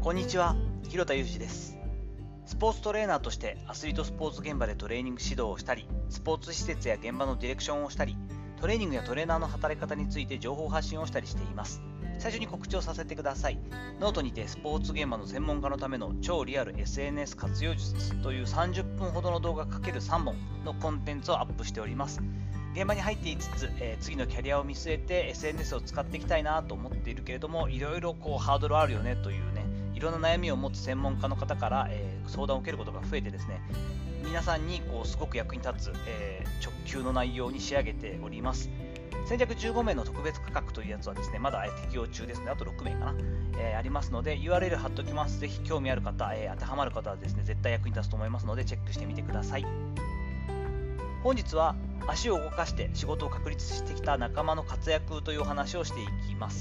こんにちは、広田裕二です。スポーツトレーナーとしてアスリートスポーツ現場でトレーニング指導をしたり、スポーツ施設や現場のディレクションをしたり、トレーニングやトレーナーの働き方について情報発信をしたりしています。最初に告知をさせてください。ノートにてスポーツ現場の専門家のための超リアル SNS 活用術という30分ほどの動画×3本のコンテンツをアップしております。現場に入っていつつ、次のキャリアを見据えて SNS を使っていきたいなと思っているけれども、いろいろハードルあるよねというね、いろんな悩みを持つ専門家の方から、相談を受けることが増えてですね、皆さんにすごく役に立つ、直球の内容に仕上げております。先着15名の特別価格というやつはですね、まだ適用中ですね。あと6名かな、ありますので URL 貼っておきます。ぜひ興味ある方、当てはまる方はですね、絶対役に立つと思いますのでチェックしてみてください。本日は足を動かして仕事を確立してきた仲間の活躍というお話をしていきます。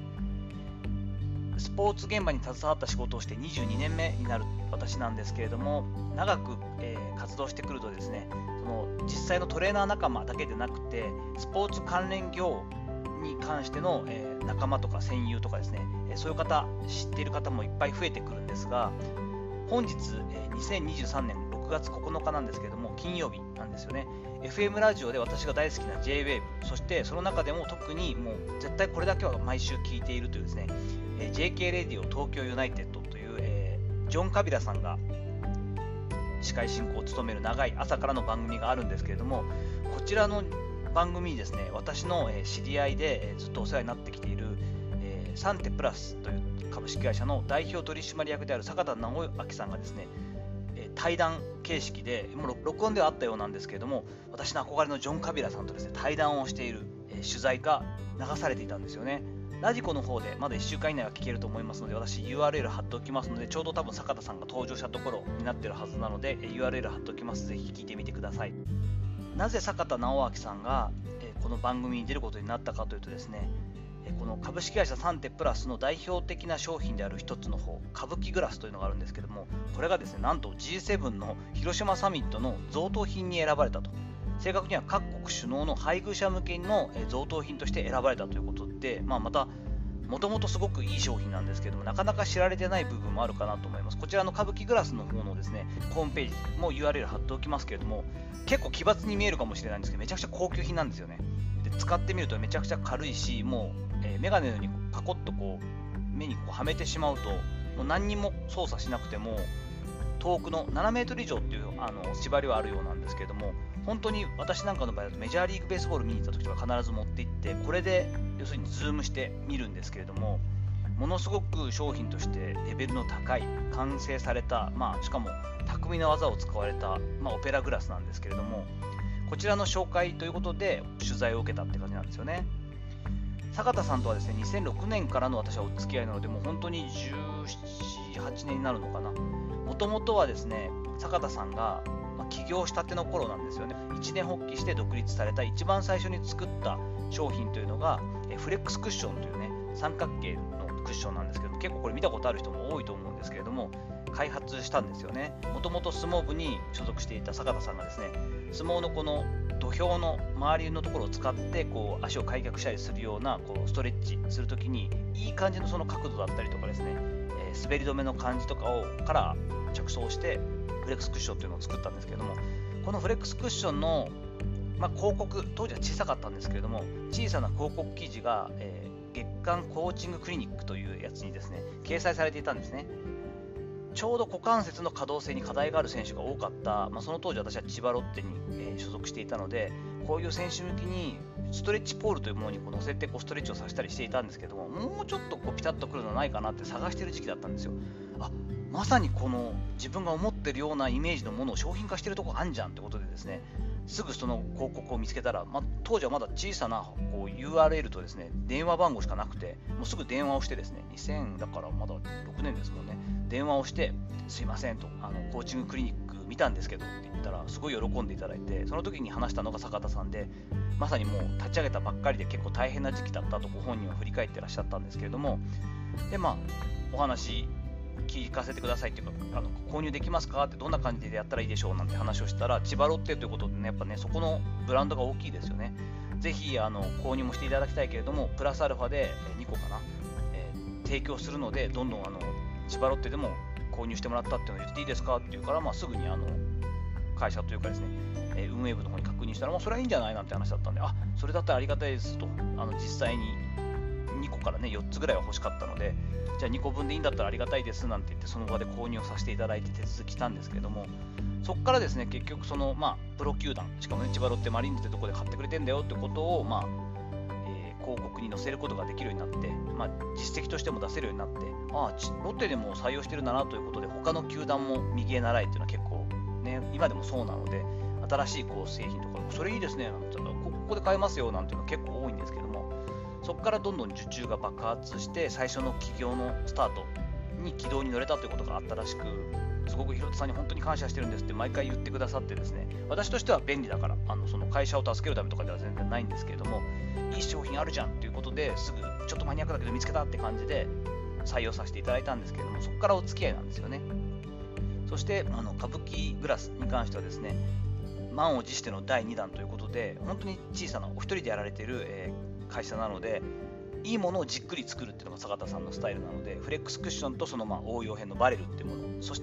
スポーツ現場に携わった仕事をして22年目になる私なんですけれども、長く、活動してくるとですね、実際のトレーナー仲間だけでなくてスポーツ関連業に関しての、仲間とか戦友とかですね、そういう方、知っている方もいっぱい増えてくるんですが、本日、2023年6月9日なんですけれども、金曜日なんですよね。FM ラジオで私が大好きな J-Wave、 そしてその中でも特にもう絶対これだけは毎週聞いているというですね、JK レディオ東京ユナイテッドという、ジョン・カビラさんが司会進行を務める長い朝からの番組があるんですけれども、こちらの番組にですね、私の知り合いでずっとお世話になってきているサンテプラスという株式会社の代表取締役である坂田直明さんがですね、対談形式で、もう録音ではあったようなんですけれども、私の憧れのジョン・カビラさんとですね、対談をしている取材が流されていたんですよね。ラジコの方でまだ1週間以内は聞けると思いますので、私 URL 貼っておきますので、ちょうど多分坂田さんが登場したところになっているはずなので URL 貼っておきます。ぜひ聞いてみてください。なぜ坂田直明さんがこの番組に出ることになったかというとですね、この株式会社サンテプラスの代表的な商品である一つの方、歌舞伎グラスというのがあるんですけども、これがですね、なんと G7 の広島サミットの贈答品に選ばれたと。正確には各国首脳の配偶者向けの贈答品として選ばれたということで、またもともとすごくいい商品なんですけども、なかなか知られてない部分もあるかなと思います。こちらの歌舞伎グラスの方のですね、ホームページも URL 貼っておきますけれども、結構奇抜に見えるかもしれないんですけど、めちゃくちゃ高級品なんですよね。で、使ってみるとめちゃくちゃ軽いし、もう、メガネのようにパコッと目にはめてしまうと、もう何にも操作しなくても遠くの7メートル以上っていう縛りはあるようなんですけれども、本当に私なんかの場合だとメジャーリーグベースボール見に行った時とか必ず持って行って、これで要するにズームして見るんですけれども、ものすごく商品としてレベルの高い完成された、しかも巧みな技を使われた、オペラグラスなんですけれども、こちらの紹介ということで取材を受けたって感じなんですよね。坂田さんとはですね、2006年からの私はお付き合いなので、もう本当に17、8年になるのかな。もともとはですね、坂田さんが起業したての頃なんですよね。一年発起して独立された一番最初に作った商品というのがフレックスクッションというね、三角形のクッションなんですけど、結構これ見たことある人も多いと思うんですけれども、開発したんですよね。もともと相撲部に所属していた坂田さんがですね、相撲のこの土俵の周りのところを使って足を開脚したりするようなストレッチするときに、いい感じのその角度だったりとかですね、滑り止めの感じとかから着想してフレックスクッションというのを作ったんですけれども、このフレックスクッションの、広告、当時は小さかったんですけれども、小さな広告記事が、月刊コーチングクリニックというやつにですね、掲載されていたんですね。ちょうど股関節の可動性に課題がある選手が多かった、その当時私は千葉ロッテに、所属していたので、こういう選手向きにストレッチポールというものに乗せてストレッチをさせたりしていたんですけども、もうちょっとピタッとくるのないかなって探している時期だったんですよ。まさにこの自分が思ってるようなイメージのものを商品化してるとこあんじゃんってことでですね、すぐその広告を見つけたら、当時はまだ小さなURL とですね、電話番号しかなくて、もうすぐ電話をしてですね、2000だからまだ6年ですもんね、電話をして、すいませんと、コーチングクリニック見たんですけどって言ったら、すごい喜んでいただいて、その時に話したのが坂田さんで、まさにもう立ち上げたばっかりで結構大変な時期だったとご本人は振り返ってらっしゃったんですけれども、でお話聞かせてくださいっていうか、購入できますかって、どんな感じでやったらいいでしょうなんて話をしたら、千葉ロッテということでね、やっぱね、そこのブランドが大きいですよね。ぜひ購入もしていただきたいけれども、プラスアルファで2個かな、提供するので、どんどん千葉ロッテでも購入してもらったっていうのを言っていいですかって言うから、すぐに会社というかですね、運営部の方に確認したら、それはいいんじゃないなんて話だったんで、それだったらありがたいですと、実際に2個からね、4つぐらいは欲しかったので、じゃあ2個分でいいんだったらありがたいですなんて言って、その場で購入をさせていただいて手続きしたんですけれども、そこからですね、結局プロ球団、しかもね、千葉ロッテマリーンズってとこで買ってくれてんだよってことを、広告に載せることができるようになって、実績としても出せるようになって、ロッテでも採用してるんだなということで、他の球団も右へ習いっていうのは結構、ね、今でもそうなので、新しい製品とか、それいいですねなんて言ったら、ここで買えますよなんていうのは結構多いんですけども、そこからどんどん受注が爆発して、最初の起業のスタートに軌道に乗れたということがあったらしく、すごく広田さんに本当に感謝してるんですって毎回言ってくださってですね、私としては便利だから、その会社を助けるためとかでは全然ないんですけれども、いい商品あるじゃんということですぐちょっとマニアックだけど見つけたって感じで採用させていただいたんですけれども、そこからお付き合いなんですよね。そして歌舞伎グラスに関してはですね、満を持しての第2弾ということで、本当に小さなお一人でやられている、会社なので、いいものをじっくり作るっていうのが坂田さんのスタイルなので、フレックスクッションとその応用編のバレルっていうもの、そして、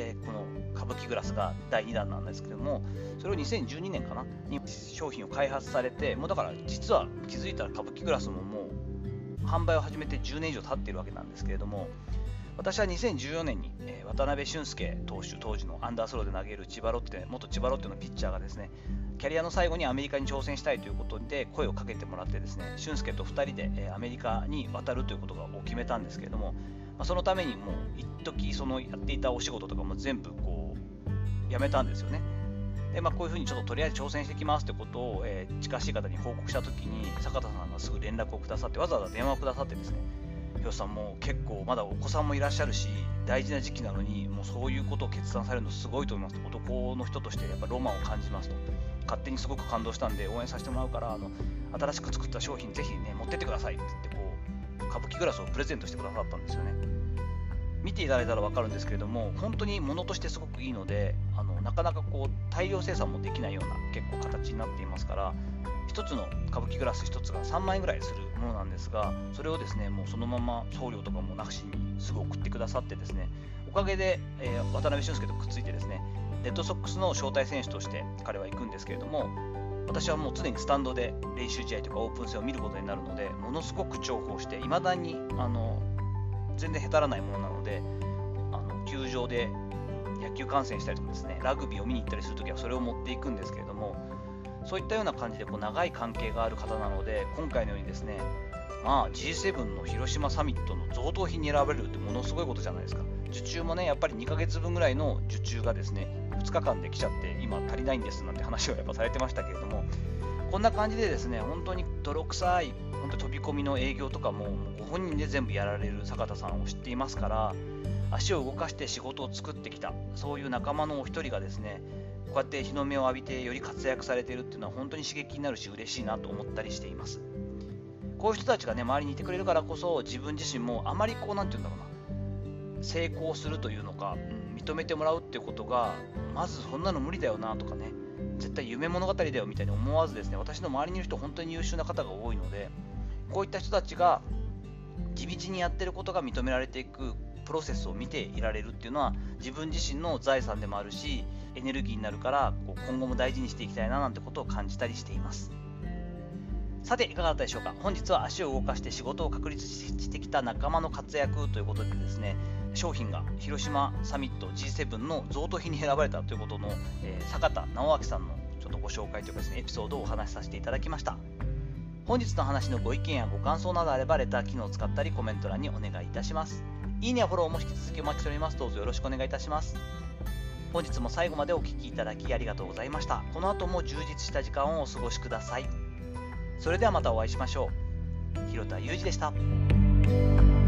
この歌舞伎グラスが第2弾なんですけども、それを2012年かなに商品を開発されて、もうだから実は気づいたら歌舞伎グラスももう販売を始めて10年以上経っているわけなんですけれども、私は2014年に渡辺俊介投手、当時のアンダースローで投げる元千葉ロッテのピッチャーがですね、キャリアの最後にアメリカに挑戦したいということで声をかけてもらってですね、俊介と2人でアメリカに渡るということを決めたんですけれども、そのためにもう一時そのやっていたお仕事とかも全部やめたんですよね。でこういうふうにちょっととりあえず挑戦してきますということを近しい方に報告したときに、坂田さんがすぐ連絡をくださって、わざわざ電話をくださってですね、広瀬さんも結構まだお子さんもいらっしゃるし、大事な時期なのにもうそういうことを決断されるのすごいと思いますと、男の人としてやっぱロマンを感じますと、勝手にすごく感動したんで応援させてもらうから、新しく作った商品ぜひね持ってってくださいって言って歌舞伎グラスをプレゼントしてくださったんですよね。見ていただいたら分かるんですけれども、本当に物としてすごくいいので、なかなか大量生産もできないような結構形になっていますから、1つの歌舞伎グラス1つが3万円ぐらいするものなんですが、それをですねもうそのまま送料とかもなしにすぐ送ってくださってですね、おかげで、渡辺俊介とくっついてですね、レッドソックスの招待選手として彼は行くんですけれども、私はもう常にスタンドで練習試合とかオープン戦を見ることになるので、ものすごく重宝して、いまだに全然へたらないものなので、球場で野球観戦したりとかですね、ラグビーを見に行ったりするときはそれを持っていくんですけれども、そういったような感じで長い関係がある方なので、今回のようにですね、G7 の広島サミットの贈答品に選ばれるってものすごいことじゃないですか。受注もね、やっぱり2ヶ月分ぐらいの受注がですね、2日間で来ちゃって今足りないんですなんて話をやっぱされてましたけれども、こんな感じでですね、本当に泥臭い本当に飛び込みの営業とかもご本人で全部やられる坂田さんを知っていますから、足を動かして仕事を作ってきた、そういう仲間のお一人がですね、こうやって日の目を浴びてより活躍されているっていうのは本当に刺激になるし嬉しいなと思ったりしています。こういう人たちがね周りにいてくれるからこそ、自分自身もあまりなんていうんだろうな、成功するというのか、認めてもらうっていうことがまずそんなの無理だよなとかね、絶対夢物語だよみたいに思わずですね、私の周りにいる人本当に優秀な方が多いので、こういった人たちが地道にやってることが認められていくプロセスを見ていられるっていうのは自分自身の財産でもあるし、エネルギーになるから今後も大事にしていきたいななんてことを感じたりしています。さていかがだったでしょうか。本日は足を動かして仕事を確立してきた仲間の活躍ということでですね、商品が広島サミット G7 の贈答品に選ばれたということの、坂田直明さんのちょっとご紹介というかですね、エピソードをお話しさせていただきました。本日の話のご意見やご感想などあればレター機能を使ったりコメント欄にお願いいたします。いいねやフォローも引き続きお待ちしております。どうぞよろしくお願いいたします。本日も最後までお聞きいただきありがとうございました。この後も充実した時間をお過ごしください。それではまたお会いしましょう。広田裕二でした。